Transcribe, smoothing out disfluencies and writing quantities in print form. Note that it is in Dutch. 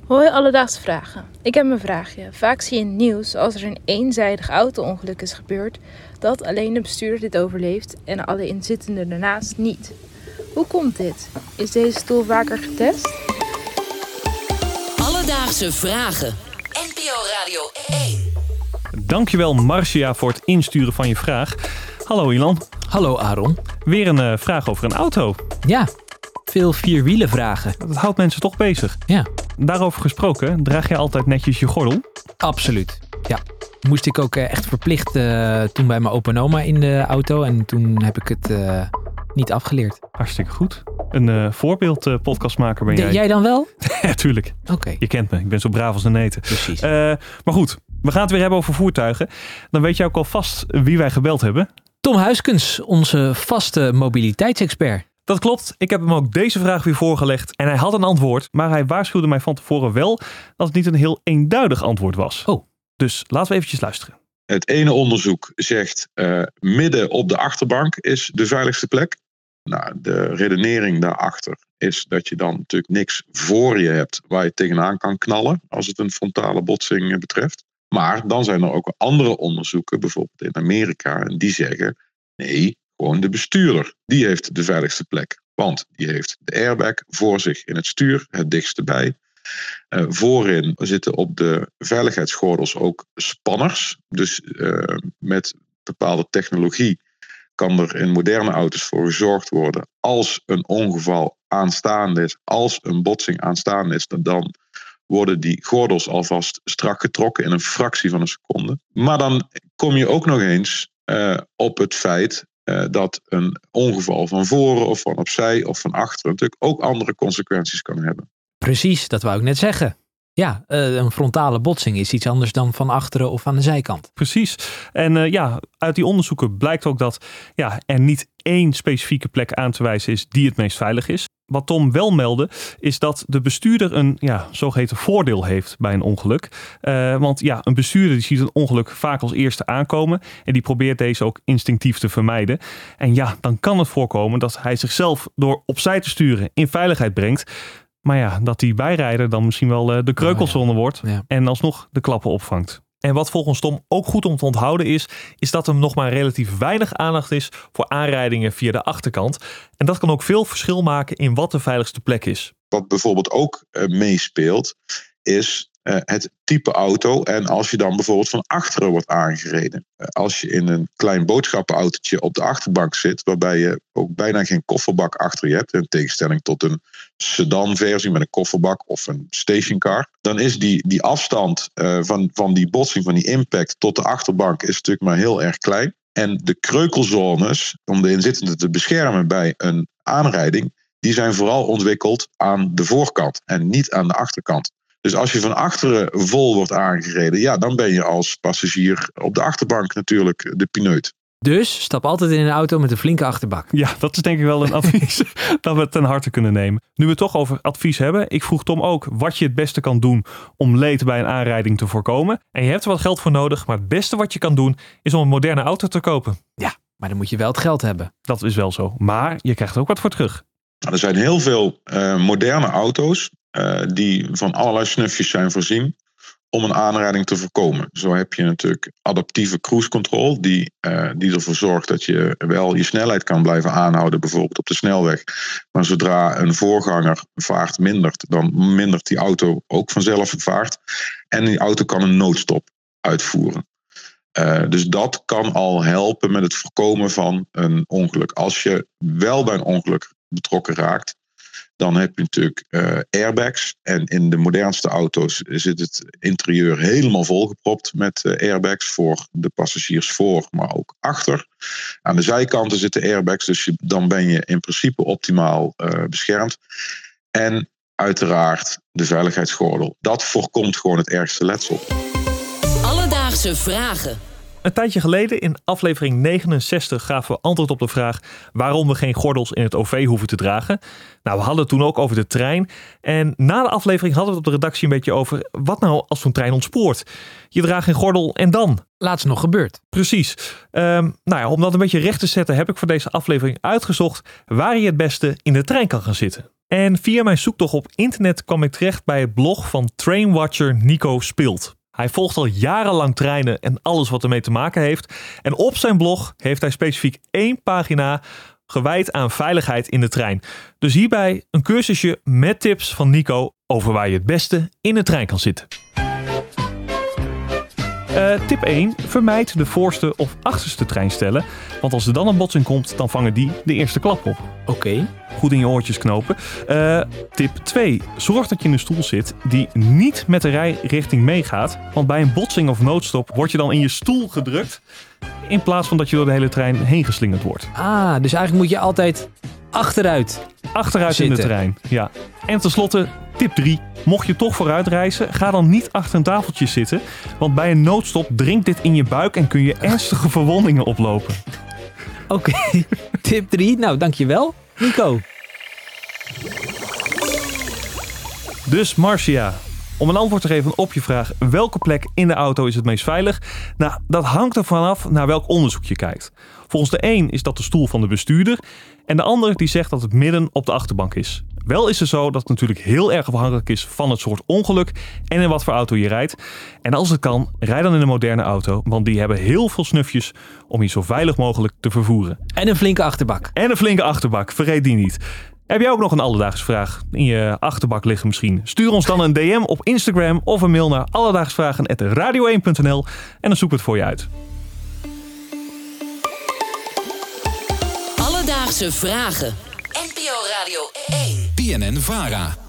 Hoi Alledaagse Vragen. Ik heb een vraagje. Vaak zie je in het nieuws als er een eenzijdig auto-ongeluk is gebeurd, dat alleen de bestuurder dit overleeft en alle inzittenden daarnaast niet. Hoe komt dit? Is deze stoel vaker getest? Alledaagse Vragen. NPO Radio 1. Dankjewel Marcia voor het insturen van je vraag. Hallo Ilan. Hallo Aaron. Weer een vraag over een auto. Ja, veel vierwielenvragen. Dat houdt mensen toch bezig. Ja, Daarover gesproken, draag jij altijd netjes je gordel? absoluut. Ja, moest ik ook echt verplicht toen bij mijn opa en oma in de auto. En toen heb ik het niet afgeleerd. Hartstikke goed. Een voorbeeld podcastmaker ben jij. Jij dan wel? Ja, tuurlijk. Oké. Je kent me, ik ben zo braaf als een neten. Precies. Maar goed, we gaan het weer hebben over voertuigen. Dan weet jij ook al vast wie wij gebeld hebben. Tom Huiskens, onze vaste mobiliteitsexpert. Dat klopt, ik heb hem ook deze vraag weer voorgelegd en hij had een antwoord. Maar hij waarschuwde mij van tevoren wel dat het niet een heel eenduidig antwoord was. Oh. Dus laten we eventjes luisteren. Het ene onderzoek zegt midden op de achterbank is de veiligste plek. Nou, de redenering daarachter is dat je dan natuurlijk niks voor je hebt waar je tegenaan kan knallen als het een frontale botsing betreft. Maar dan zijn er ook andere onderzoeken, bijvoorbeeld in Amerika, en die zeggen nee, gewoon de bestuurder, die heeft de veiligste plek. Want die heeft de airbag voor zich in het stuur, het dichtste bij. Voorin zitten op de veiligheidsgordels ook spanners. Dus met bepaalde technologie kan er in moderne auto's voor gezorgd worden. Als een ongeval aanstaande is, als een botsing aanstaande is, dan worden die gordels alvast strak getrokken in een fractie van een seconde. Maar dan kom je ook nog eens op het feit dat een ongeval van voren of van opzij of van achteren natuurlijk ook andere consequenties kan hebben. Precies, dat wou ik net zeggen. Ja, een frontale botsing is iets anders dan van achteren of aan de zijkant. Precies. En uit die onderzoeken blijkt ook dat er niet één specifieke plek aan te wijzen is die het meest veilig is. Wat Tom wel meldde is dat de bestuurder een zogeheten voordeel heeft bij een ongeluk. Want een bestuurder die ziet een ongeluk vaak als eerste aankomen en die probeert deze ook instinctief te vermijden. En dan kan het voorkomen dat hij zichzelf door opzij te sturen in veiligheid brengt. Maar dat die bijrijder dan misschien wel de kreukelzone wordt en alsnog de klappen opvangt. En wat volgens Tom ook goed om te onthouden is dat er nog maar relatief weinig aandacht is voor aanrijdingen via de achterkant. En dat kan ook veel verschil maken in wat de veiligste plek is. Wat bijvoorbeeld ook meespeelt is het type auto en als je dan bijvoorbeeld van achteren wordt aangereden. Als je in een klein boodschappenautootje op de achterbank zit, waarbij je ook bijna geen kofferbak achter je hebt, in tegenstelling tot een sedanversie met een kofferbak of een stationcar, dan is die afstand van die botsing, van die impact tot de achterbank is natuurlijk maar heel erg klein. En de kreukelzones, om de inzittenden te beschermen bij een aanrijding, die zijn vooral ontwikkeld aan de voorkant en niet aan de achterkant. Dus als je van achteren vol wordt aangereden, dan ben je als passagier op de achterbank natuurlijk de pineut. Dus stap altijd in een auto met een flinke achterbak. Ja, dat is denk ik wel een advies dat we ten harte kunnen nemen. Nu we het toch over advies hebben, ik vroeg Tom ook wat je het beste kan doen om leed bij een aanrijding te voorkomen. En je hebt er wat geld voor nodig, maar het beste wat je kan doen is om een moderne auto te kopen. Ja, maar dan moet je wel het geld hebben. Dat is wel zo, maar je krijgt er ook wat voor terug. Er zijn heel veel moderne auto's die van allerlei snufjes zijn voorzien om een aanrijding te voorkomen. Zo heb je natuurlijk adaptieve cruise control die ervoor zorgt dat je wel je snelheid kan blijven aanhouden, bijvoorbeeld op de snelweg. Maar zodra een voorganger vaart mindert, dan mindert die auto ook vanzelf vaart. En die auto kan een noodstop uitvoeren. Dus dat kan al helpen met het voorkomen van een ongeluk. Als je wel bij een ongeluk betrokken raakt, dan heb je natuurlijk airbags. En in de modernste auto's zit het interieur helemaal volgepropt met airbags voor de passagiers voor, maar ook achter. Aan de zijkanten zitten airbags, dus dan ben je in principe optimaal beschermd. En uiteraard de veiligheidsgordel. Dat voorkomt gewoon het ergste letsel. Alledaagse Vragen. Een tijdje geleden, in aflevering 69, gaven we antwoord op de vraag waarom we geen gordels in het OV hoeven te dragen. Nou, we hadden het toen ook over de trein. En na de aflevering hadden we het op de redactie een beetje over wat nou als zo'n trein ontspoort. Je draagt geen gordel en dan? Laatst nog gebeurd. Precies. Om dat een beetje recht te zetten heb ik voor deze aflevering uitgezocht waar je het beste in de trein kan gaan zitten. En via mijn zoektocht op internet kwam ik terecht bij het blog van trainwatcher Nico Speelt. Hij volgt al jarenlang treinen en alles wat ermee te maken heeft. En op zijn blog heeft hij specifiek 1 pagina gewijd aan veiligheid in de trein. Dus hierbij een cursusje met tips van Nico over waar je het beste in de trein kan zitten. Tip 1. Vermijd de voorste of achterste treinstellen. Want als er dan een botsing komt, dan vangen die de eerste klap op. Oké. Goed in je oortjes knopen. Tip 2. Zorg dat je in een stoel zit die niet met de rijrichting meegaat. Want bij een botsing of noodstop word je dan in je stoel gedrukt. In plaats van dat je door de hele trein heen geslingerd wordt. Ah, dus eigenlijk moet je altijd achteruit Achteruit zitten. in de trein, ja. En tenslotte, tip 3. Mocht je toch vooruit reizen, ga dan niet achter een tafeltje zitten. Want bij een noodstop dringt dit in je buik en kun je ernstige verwondingen oplopen. Oké. Tip 3. Nou, dankjewel, Nico. Dus Marcia, om een antwoord te geven op je vraag, welke plek in de auto is het meest veilig? Nou, dat hangt er vanaf naar welk onderzoek je kijkt. Volgens de een is dat de stoel van de bestuurder en de ander die zegt dat het midden op de achterbank is. Wel is het zo dat het natuurlijk heel erg afhankelijk is van het soort ongeluk en in wat voor auto je rijdt. En als het kan, rijd dan in een moderne auto, want die hebben heel veel snufjes om je zo veilig mogelijk te vervoeren. En een flinke achterbak. En een flinke achterbak, vergeet die niet. Heb jij ook nog een alledaagse vraag in je achterbak liggen misschien? Stuur ons dan een DM op Instagram of een mail naar alledaagsvragen@radio1.nl en dan zoeken we het voor je uit. Alledaagse vragen. NPO Radio 1. BNN-VARA.